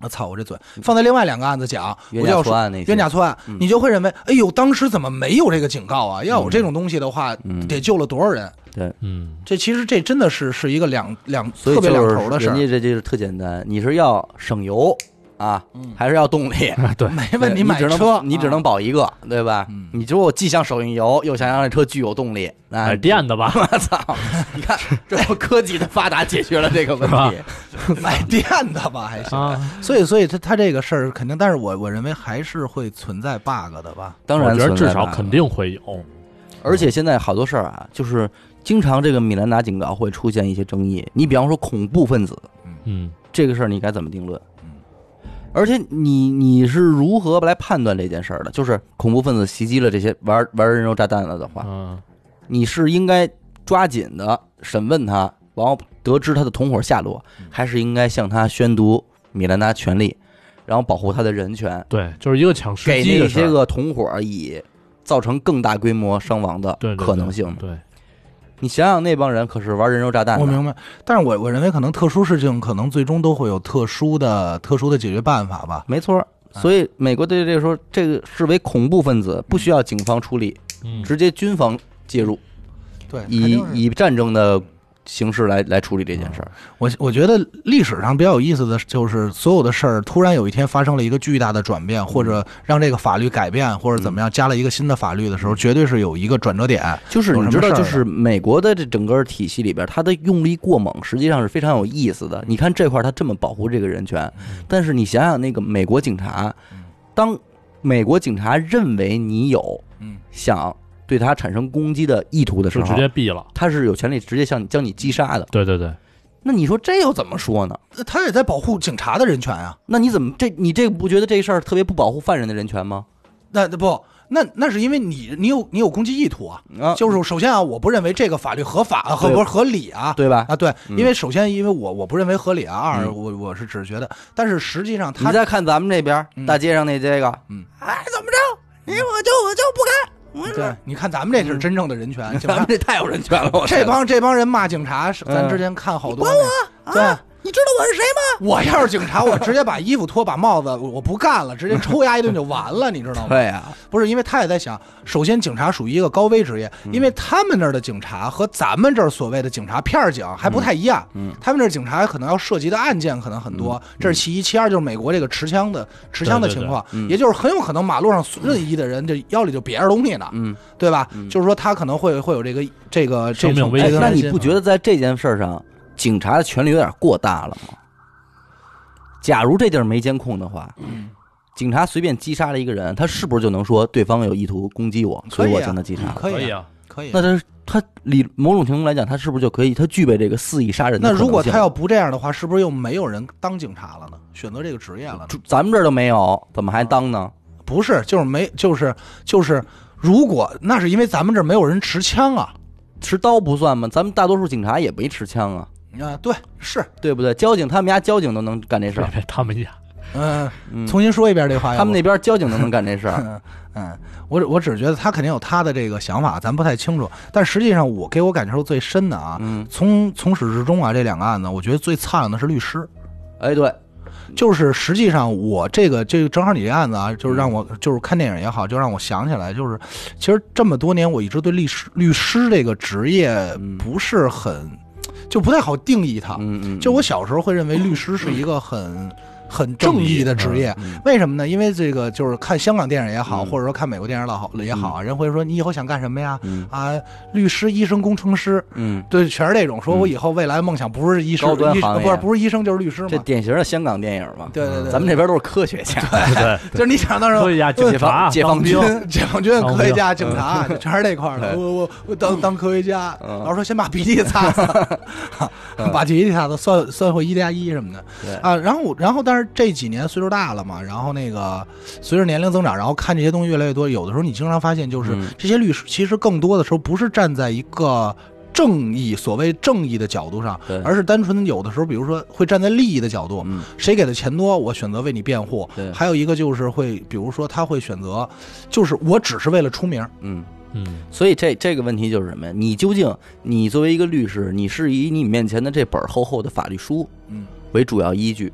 我操！我这嘴放在另外两个案子讲， 冤假错案那些冤假错案，你就会认为，哎呦，当时怎么没有这个警告啊？要有这种东西的话， 嗯、 得救了多少人？ 对， 嗯， 这其实这真的是是一个两两特别两头的事儿。 人家这就是特简单，你是要省油啊， 嗯、 还是要动力？ 对， 没问题，买车你只能保一个，对吧？ 嗯、 你说我既想省油，又想让这车具有动力， 买电的吧？ 我操！你看，这科技的发达解决了这个问题。 买电的吧还行， 啊、 所以所以他他这个事儿肯定，但是我我认为还是会存在 bug 的吧。 当然， 我觉得至少肯定会有。 而且现在好多事儿啊，就是经常这个米兰达警告会出现一些争议。你比方说恐怖分子， 嗯， 这个事儿你该怎么定论？而且你你是如何来判断这件事儿的？就是恐怖分子袭击了这些玩玩人肉炸弹了的话， 嗯， 你是应该抓紧的审问他，然后得知他的同伙下落，还是应该向他宣读米兰达权利，然后保护他的人权？ 对，就是一个抢时机的事， 给那些个同伙以造成更大规模伤亡的可能性。 对， 对， 对， 对，你想想那帮人可是玩人肉炸弹的。 我明白，但是我我认为可能特殊事情可能最终都会有特殊的特殊的解决办法吧。 没错，所以美国对这个说，这个视为恐怖分子，不需要警方出力， 嗯、 直接军方介入， 对， 以以战争的形式来来处理这件事儿。 我我觉得历史上比较有意思的就是，所有的事儿突然有一天发生了一个巨大的转变，或者让这个法律改变，或者怎么样，加了一个新的法律的时候，绝对是有一个转折点。 就是你知道，就是美国的这整个体系里边，它的用力过猛，实际上是非常有意思的。你看这块，它这么保护这个人权，但是你想想那个美国警察，当美国警察认为你有想对他产生攻击的意图的时候， 就直接毙了， 他是有权利直接向你将你击杀的。 对对对， 那你说这又怎么说呢？ 他也在保护警察的人权啊。 那你怎么这你这个不觉得这事儿特别不保护犯人的人权吗？ 那不，那那是因为你你有你有攻击意图啊。啊就是首先啊，我不认为这个法律合法和不是合理啊， 对吧？ 啊，对，因为首先因为我我不认为合理啊。二， 嗯、 我我是只是觉得，但是实际上他你再看咱们这边、 嗯、 大街上那这个， 嗯， 哎，怎么着？你我就我就不干。 对，你看咱们这是真正的人权， 咱们这太有人权了。 这帮这帮人骂警察，咱之前看好多。 管我， 对， 你知道我是谁吗？ 我要是警察，我直接把衣服脱，把帽子，我不干了，直接抽牙一顿就完了，你知道吗？ 对呀， 不是，因为他也在想，首先警察属于一个高危职业，因为他们那儿的警察和咱们这儿所谓的警察片警还不太一样。 嗯， 他们这儿警察可能要涉及的案件可能很多，这是其一，其二就是美国这个持枪的持枪的情况，也就是很有可能马路上任意的人这腰里就别着东西呢， 嗯， 对吧？就是说他可能会会有这个这个这种危险。 那你不觉得在这件事上，警察的权力有点过大了吗？假如这地儿没监控的话， 嗯， 警察随便击杀了一个人，他是不是就能说对方有意图攻击我，所以我将他击杀了？ 可以啊， 可以。 那他他理某种情况来讲，他是不是就可以？他具备这个肆意杀人的可能性？ 那如果他要不这样的话，是不是又没有人当警察了呢？选择这个职业了呢？ 咱们这儿都没有，怎么还当呢？ 不是，就是没，就是就是，如果那是因为咱们这儿没有人持枪啊， 持刀不算吗？咱们大多数警察也没持枪啊。 啊，对，是对不对？交警他们家交警都能干这事儿， 他们家， 嗯，重新说一遍这话。 他们那边交警都能干这事儿。 嗯嗯，我我只是觉得他肯定有他的这个想法，咱不太清楚。但实际上，我给我感受最深的啊， 嗯， 从从始至终啊，这两个案子，我觉得最苍凉的是律师。 哎，对， 就是实际上我这个这个正好你这案子啊，就是让我就是看电影也好，就让我想起来，就是其实这么多年我一直对律师律师这个职业不是很。就不太好定义它， 嗯嗯， 就我小时候会认为律师是一个很很正义的职业，为什么呢？因为这个就是看香港电影也好，或者说看美国电影老好也好啊，人会说你以后想干什么呀？啊，律师、医生、工程师，嗯，对，全是这种。说我以后未来梦想不是医生， 高端行业， 不是不是医生就是律师嘛。 这典型的香港电影嘛。 对对对， 咱们这边都是科学家， 对，就是你想当时科学家、警察、 解放军、 解放军、科学家、警察，全是这块的。我我我当当科学家，老师说先把鼻涕擦擦，把鼻涕擦擦，算算会一加一什么的啊。然后然后但是这几年岁数大了嘛，然后那个随着年龄增长，然后看这些东西越来越多，有的时候你经常发现，就是这些律师其实更多的时候不是站在一个正义所谓正义的角度上，而是单纯有的时候，比如说会站在利益的角度， 嗯、 谁给的钱多，我选择为你辩护；还有一个就是会，比如说他会选择，就是我只是为了出名， 嗯。嗯，所以这这个问题就是什么呀？你究竟你作为一个律师，你是以你面前的这本厚厚的法律书，嗯，为主要依据，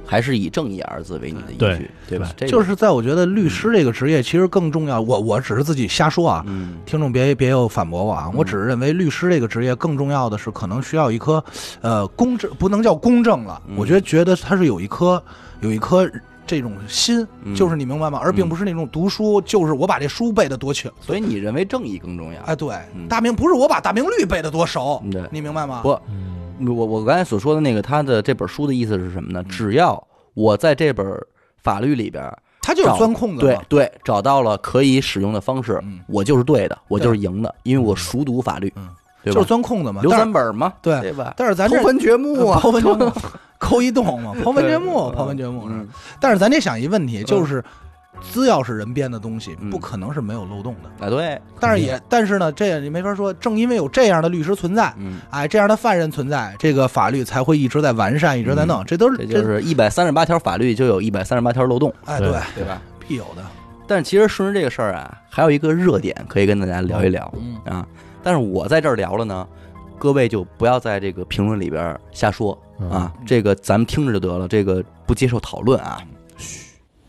还是以正义二字为你的依据，对吧？这个、 就是在我觉得律师这个职业其实更重要。我我只是自己瞎说啊， 嗯、 听众别别又反驳我啊。我只是认为律师这个职业更重要的是，可能需要一颗呃公正，不能叫公正了。 嗯、 我觉得觉得他是有一颗有一颗这种心， 嗯、 就是你明白吗？而并不是那种读书，就是我把这书背得多全。 所以你认为正义更重要？ 哎，对， 嗯、 大明不是我把大明律背得多熟， 对， 你明白吗？ 不。我我刚才所说的那个，他的这本书的意思是什么呢？只要我在这本法律里边， 他就是钻空子， 对对，找到了可以使用的方式， 嗯、 我就是对的，我就是赢的，因为我熟读法律， 嗯， 对吧？ 就是钻空子嘛， 留三本嘛， 对对吧？ 但是咱这刨坟掘墓啊， 刨坟掘墓，抠一洞嘛，刨坟掘墓，刨坟掘墓。 嗯， 但是咱得想一问题，就是。资料是人编的东西，不可能是没有漏洞的。 啊，对。 但是也，但是呢，这也你没法说。正因为有这样的律师存在， 嗯， 哎，这样的犯人存在，这个法律才会一直在完善，一直在弄。 嗯、 这都是， 这就是一百三十八条法律就有一百三十八条漏洞。 哎，对， 对吧？ 必有的。 但是其实顺着这个事儿啊，还有一个热点可以跟大家聊一聊、 嗯、 啊。但是我在这儿聊了呢，各位就不要在这个评论里边瞎说啊。 嗯、 这个咱们听着就得了，这个不接受讨论啊。 嘘。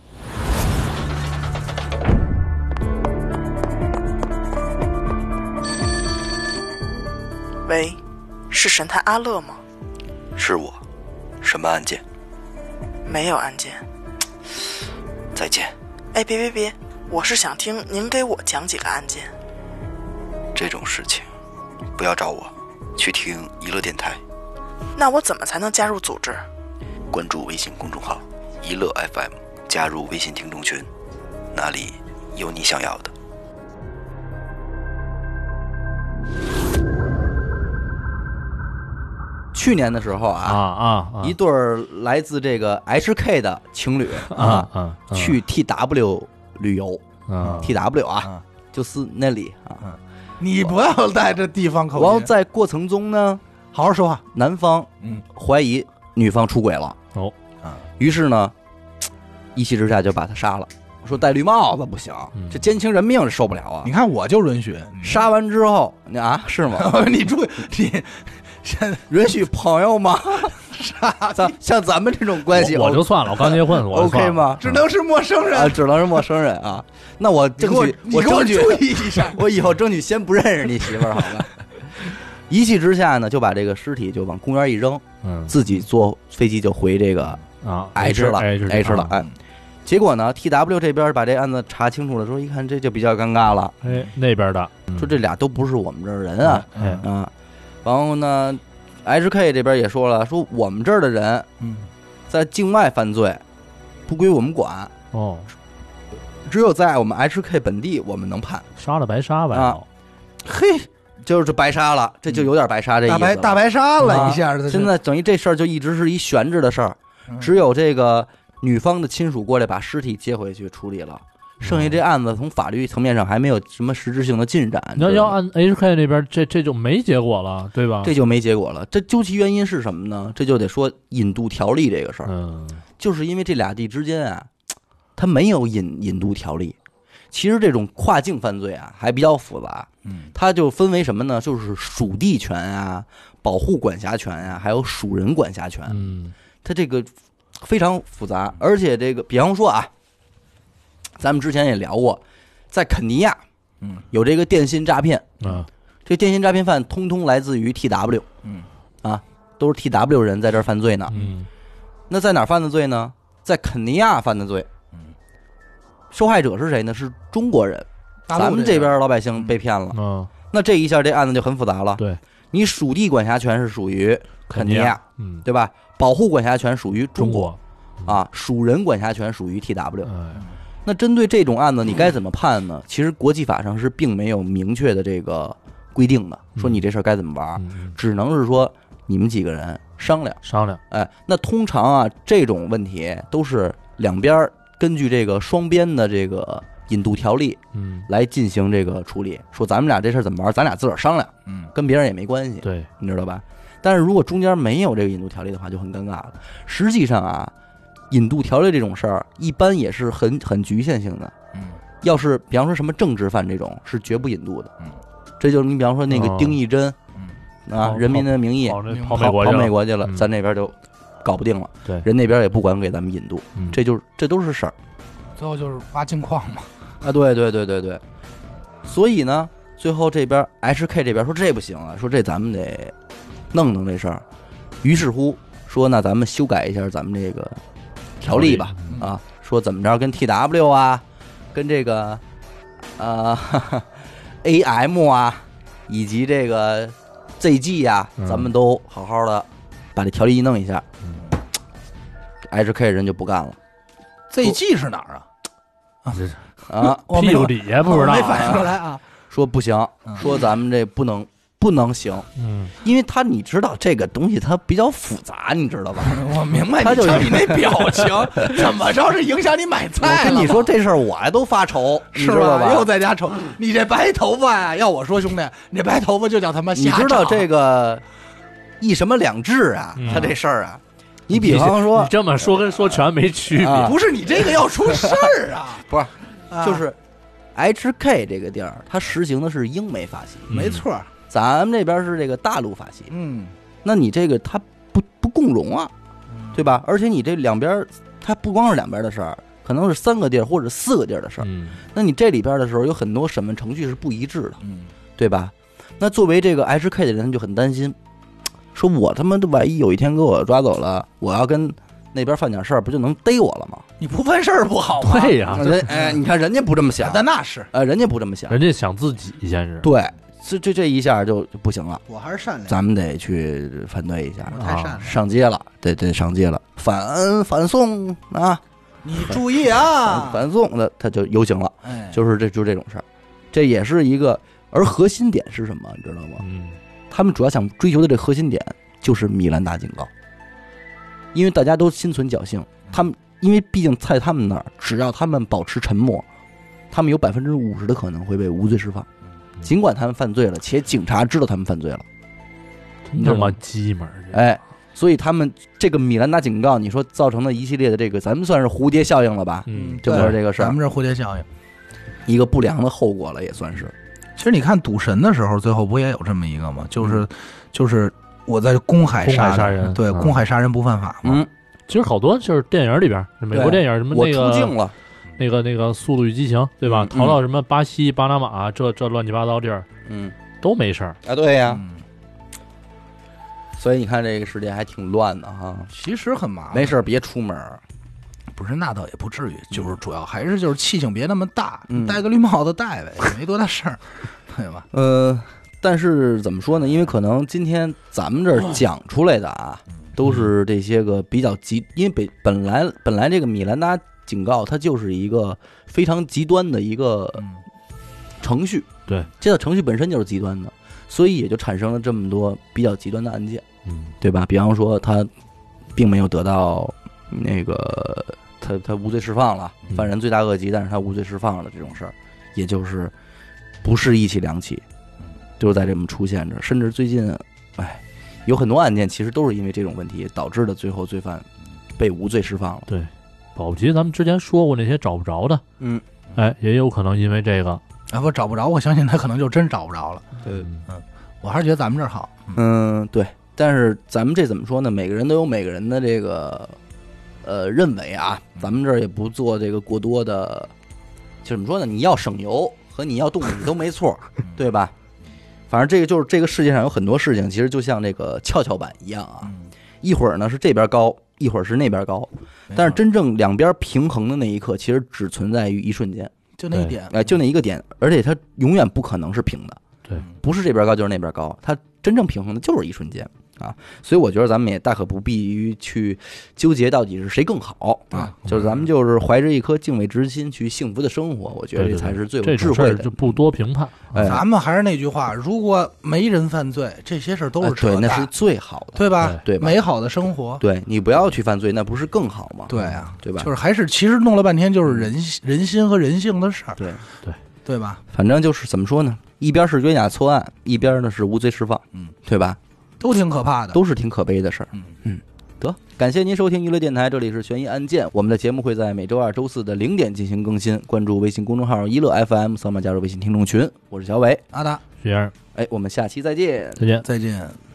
喂，是神探阿乐吗？ 是我，什么案件？ 没有案件。 再见。 哎，别别别，我是想听您给我讲几个案件。 这种事情，不要找我，去听娱乐电台。 那我怎么才能加入组织？ 关注微信公众号“娱乐 F M”， 加入微信听众群，那里有你想要的。 去年的时候啊啊 啊, 啊一对来自这个 H K 的情侣啊 啊, 啊去 T W 旅游啊 T W 啊, 啊就是那里啊、嗯， 你不要带着地方口音。 然后在过程中呢， 好好说话。 男方嗯怀疑女方出轨了哦啊， 于是呢，一气之下就把他杀了。说戴绿帽子不行， 嗯、 这奸情人命受不了啊！ 你看我就允许杀完之后，你啊是吗？ 你注意你。 现允许朋友吗？像像咱们这种关系， 我, 我就算了，我刚结婚，我 OK 吗？ 只能是陌生人啊，只能是陌生人啊。那我争取， 我争取注意一下，我以后争取先不认识你媳妇儿，好吧？一气之下呢，就把这个尸体就往公园一扔， 嗯， 自己坐飞机就回这个啊 H 了 H 了，哎。结果呢 ，T W 这边把这案子查清楚了，说一看这就比较尴尬了， 哎，那边的说这俩都不是我们这儿人啊， 哎啊，然后呢 ，H K 这边也说了，说我们这儿的人， 嗯， 在境外犯罪不归我们管， 哦， 只有在我们 H K 本地我们能判， 杀了白杀呗， 啊，嘿，就是白杀了，这就有点白杀这意思， 大白大白杀了一下， 现在等于这事儿就一直是一悬着的事儿，只有这个。女方的亲属过来把尸体接回去处理了，剩下这案子从法律层面上还没有什么实质性的进展。 你要要按 H K 那边，这这就没结果了，对吧？ 这就没结果了。这究其原因是什么呢？这就得说引渡条例这个事儿。 嗯， 就是因为这俩地之间啊，它没有引引渡条例。其实这种跨境犯罪啊还比较复杂， 嗯， 它就分为什么呢？就是属地权啊、保护管辖权啊，还有属人管辖权。 嗯， 它这个。非常复杂，而且这个，比方说啊，咱们之前也聊过，在肯尼亚， 嗯， 有这个电信诈骗， 啊， 这电信诈骗犯通通来自于 T W， 嗯， 啊，都是 T W 人在这儿犯罪呢， 嗯， 那在哪儿犯的罪呢？在肯尼亚犯的罪， 嗯， 受害者是谁呢？是中国人，咱们这边老百姓被骗了， 嗯， 那这一下这案子就很复杂了， 对， 你属地管辖权是属于肯尼亚， 嗯， 对吧？保护管辖权属于中国， 中国啊，属人管辖权属于 T W。 哎， 那针对这种案子，你该怎么判呢？其实国际法上是并没有明确的这个规定的，说你这事儿该怎么玩， 嗯、 只能是说你们几个人商量商量。 哎，那通常啊，这种问题都是两边根据这个双边的这个引渡条例， 嗯， 来进行这个处理。说咱们俩这事儿怎么玩，咱俩自个儿商量， 嗯， 跟别人也没关系， 对， 你知道吧？但是如果中间没有这个引渡条例的话，就很尴尬了。实际上啊，引渡条例这种事儿，一般也是很很局限性的。 嗯， 要是比方说什么政治犯这种，是绝不引渡的。 嗯， 这就是你比方说那个丁义珍， 嗯啊，《人民的名义》 跑跑美国跑美国去了， 嗯、 咱这边就搞不定了， 对， 人那边也不管给咱们引渡， 嗯、 这就这都是事儿。 最后就是挖金矿嘛。 啊，对对对对对。所以呢，最后这边 H K 这边说这不行啊，说这咱们得弄弄这事儿。于是乎说，那咱们修改一下咱们这个条例吧， 嗯、 啊，说怎么着跟 T W 啊，跟这个呃 A M 啊，以及这个 Z G 啊， 嗯、 咱们都好好的把这条例一弄一下。 嗯、 H K 人就不干了。 Z G 是哪儿啊？ 啊， 啊， 我屁股底下不知道， 没反应过来啊。 说不行，说咱们这不能不能行， 嗯， 因为他你知道这个东西它比较复杂，你知道吧？ 我明白， 他就你那表情怎么着是影响你买菜了？ 我跟你说这事儿我还都发愁，你知道吧？ 又在家愁，你这白头发呀！要我说兄弟，你这白头发就叫他妈瞎。 你知道这个一什么两制啊？ 嗯、 他这事儿啊，你比方说你这么说跟说全没区别， 啊、 不是你这个要出事儿啊？ 不是，就是。H K 这个地儿，它实行的是英美法系， 没错。 咱们这边是这个大陆法系， 嗯， 那你这个它不不共融啊，对吧？而且你这两边，它不光是两边的事儿，可能是三个地儿或者四个地儿的事儿。 嗯， 那你这里边的时候有很多审问程序是不一致的， 嗯， 对吧？那作为这个 H K 的人就很担心，说我他妈的万一有一天给我抓走了，我要跟那边犯点事儿，不就能逮我了吗？ 你不犯事儿不好吗？ 对呀、啊， 人哎，你看人家不这么想， 但那是， 呃，人家不这么想， 人家想自己先是。 对，这这这一下就就不行了。 我还是善良， 咱们得去反对一下， 我太善良， 上街了，得得上街了，反反送啊！ 你注意啊， 反送那他就游行了， 哎， 就是这就这种事儿，这也是一个，而核心点是什么，你知道吗？ 嗯， 他们主要想追求的这核心点就是米兰达警告。因为大家都心存侥幸，他们因为毕竟在他们那儿，只要他们保持沉默，他们有百分之五十的可能会被无罪释放，尽管他们犯罪了，且警察知道他们犯罪了， 真他妈鸡门！ 哎，所以他们这个米兰达警告，你说造成的一系列的这个，咱们算是蝴蝶效应了吧？ 嗯， 就说这个事儿， 咱们这蝴蝶效应， 一个不良的后果了，也算是。 其实你看赌神的时候，最后不也有这么一个吗？就是就是。我在公海杀杀人， 对， 嗯、 公海杀人不犯法嘛。 嗯， 其实好多就是电影里边，美国电影什么那个， 我出境了， 那个那个《速度与激情》，对吧？ 嗯、 逃到什么巴西、巴拿马这这乱七八糟地儿， 嗯， 都没事儿啊。对呀、 嗯， 所以你看这个世界还挺乱的哈。 其实很麻烦， 没事别出门。 不是，那倒也不至于，就是主要还是就是气性别那么大， 嗯、 戴个绿帽子戴呗，也没多大事儿，对吧？ 呃。但是怎么说呢？因为可能今天咱们这儿讲出来的啊，都是这些个比较极，因为本本来本来这个米兰达警告它就是一个非常极端的一个程序， 对， 这个程序本身就是极端的，所以也就产生了这么多比较极端的案件， 嗯， 对吧？比方说他并没有得到那个他他无罪释放了，犯人罪大恶极，但是他无罪释放了这种事儿，也就是不是一起两起。就是在这么出现着，甚至最近，哎，有很多案件其实都是因为这种问题导致的，最后罪犯被无罪释放了。 对，保不齐咱们之前说过那些找不着的， 嗯， 哎，也有可能因为这个啊，不找不着，我相信他可能就真找不着了。 对， 嗯，我还是觉得咱们这儿好。 嗯，对，但是咱们这怎么说呢？每个人都有每个人的这个呃认为啊，咱们这儿也不做这个过多的，就怎么说呢？你要省油和你要动力都没错，对吧？反正这个就是这个世界上有很多事情，其实就像这个跷跷板一样啊，一会儿呢是这边高，一会儿是那边高，但是真正两边平衡的那一刻，其实只存在于一瞬间， 就那一点， 哎，就那一个点，而且它永远不可能是平的， 对， 不是这边高就是那边高，它真正平衡的就是一瞬间啊，所以我觉得咱们也大可不必于去纠结到底是谁更好啊，就是咱们就是怀着一颗敬畏之心去幸福的生活，我觉得这才是最有智慧的， 就不多评判。 哎， 咱们还是那句话，如果没人犯罪，这些事儿都是扯淡， 对，那是最好的， 对吧？ 对吧？ 美好的生活， 对你不要去犯罪，那不是更好吗？ 对啊， 对吧？ 就是还是其实弄了半天就是人人心和人性的事儿， 对对对吧？ 反正就是怎么说呢？一边是冤假错案，一边呢是无罪释放， 嗯， 对吧？ 都挺可怕的， 都是挺可悲的事儿。 嗯嗯，得感谢您收听娱乐电台，这里是悬疑案件。我们的节目会在每周二、周四的零点进行更新。关注微信公众号“一乐 F M”，扫码加入微信听众群。我是小伟， 阿达， 徐先生， 哎，我们下期再见， 再见， 再见。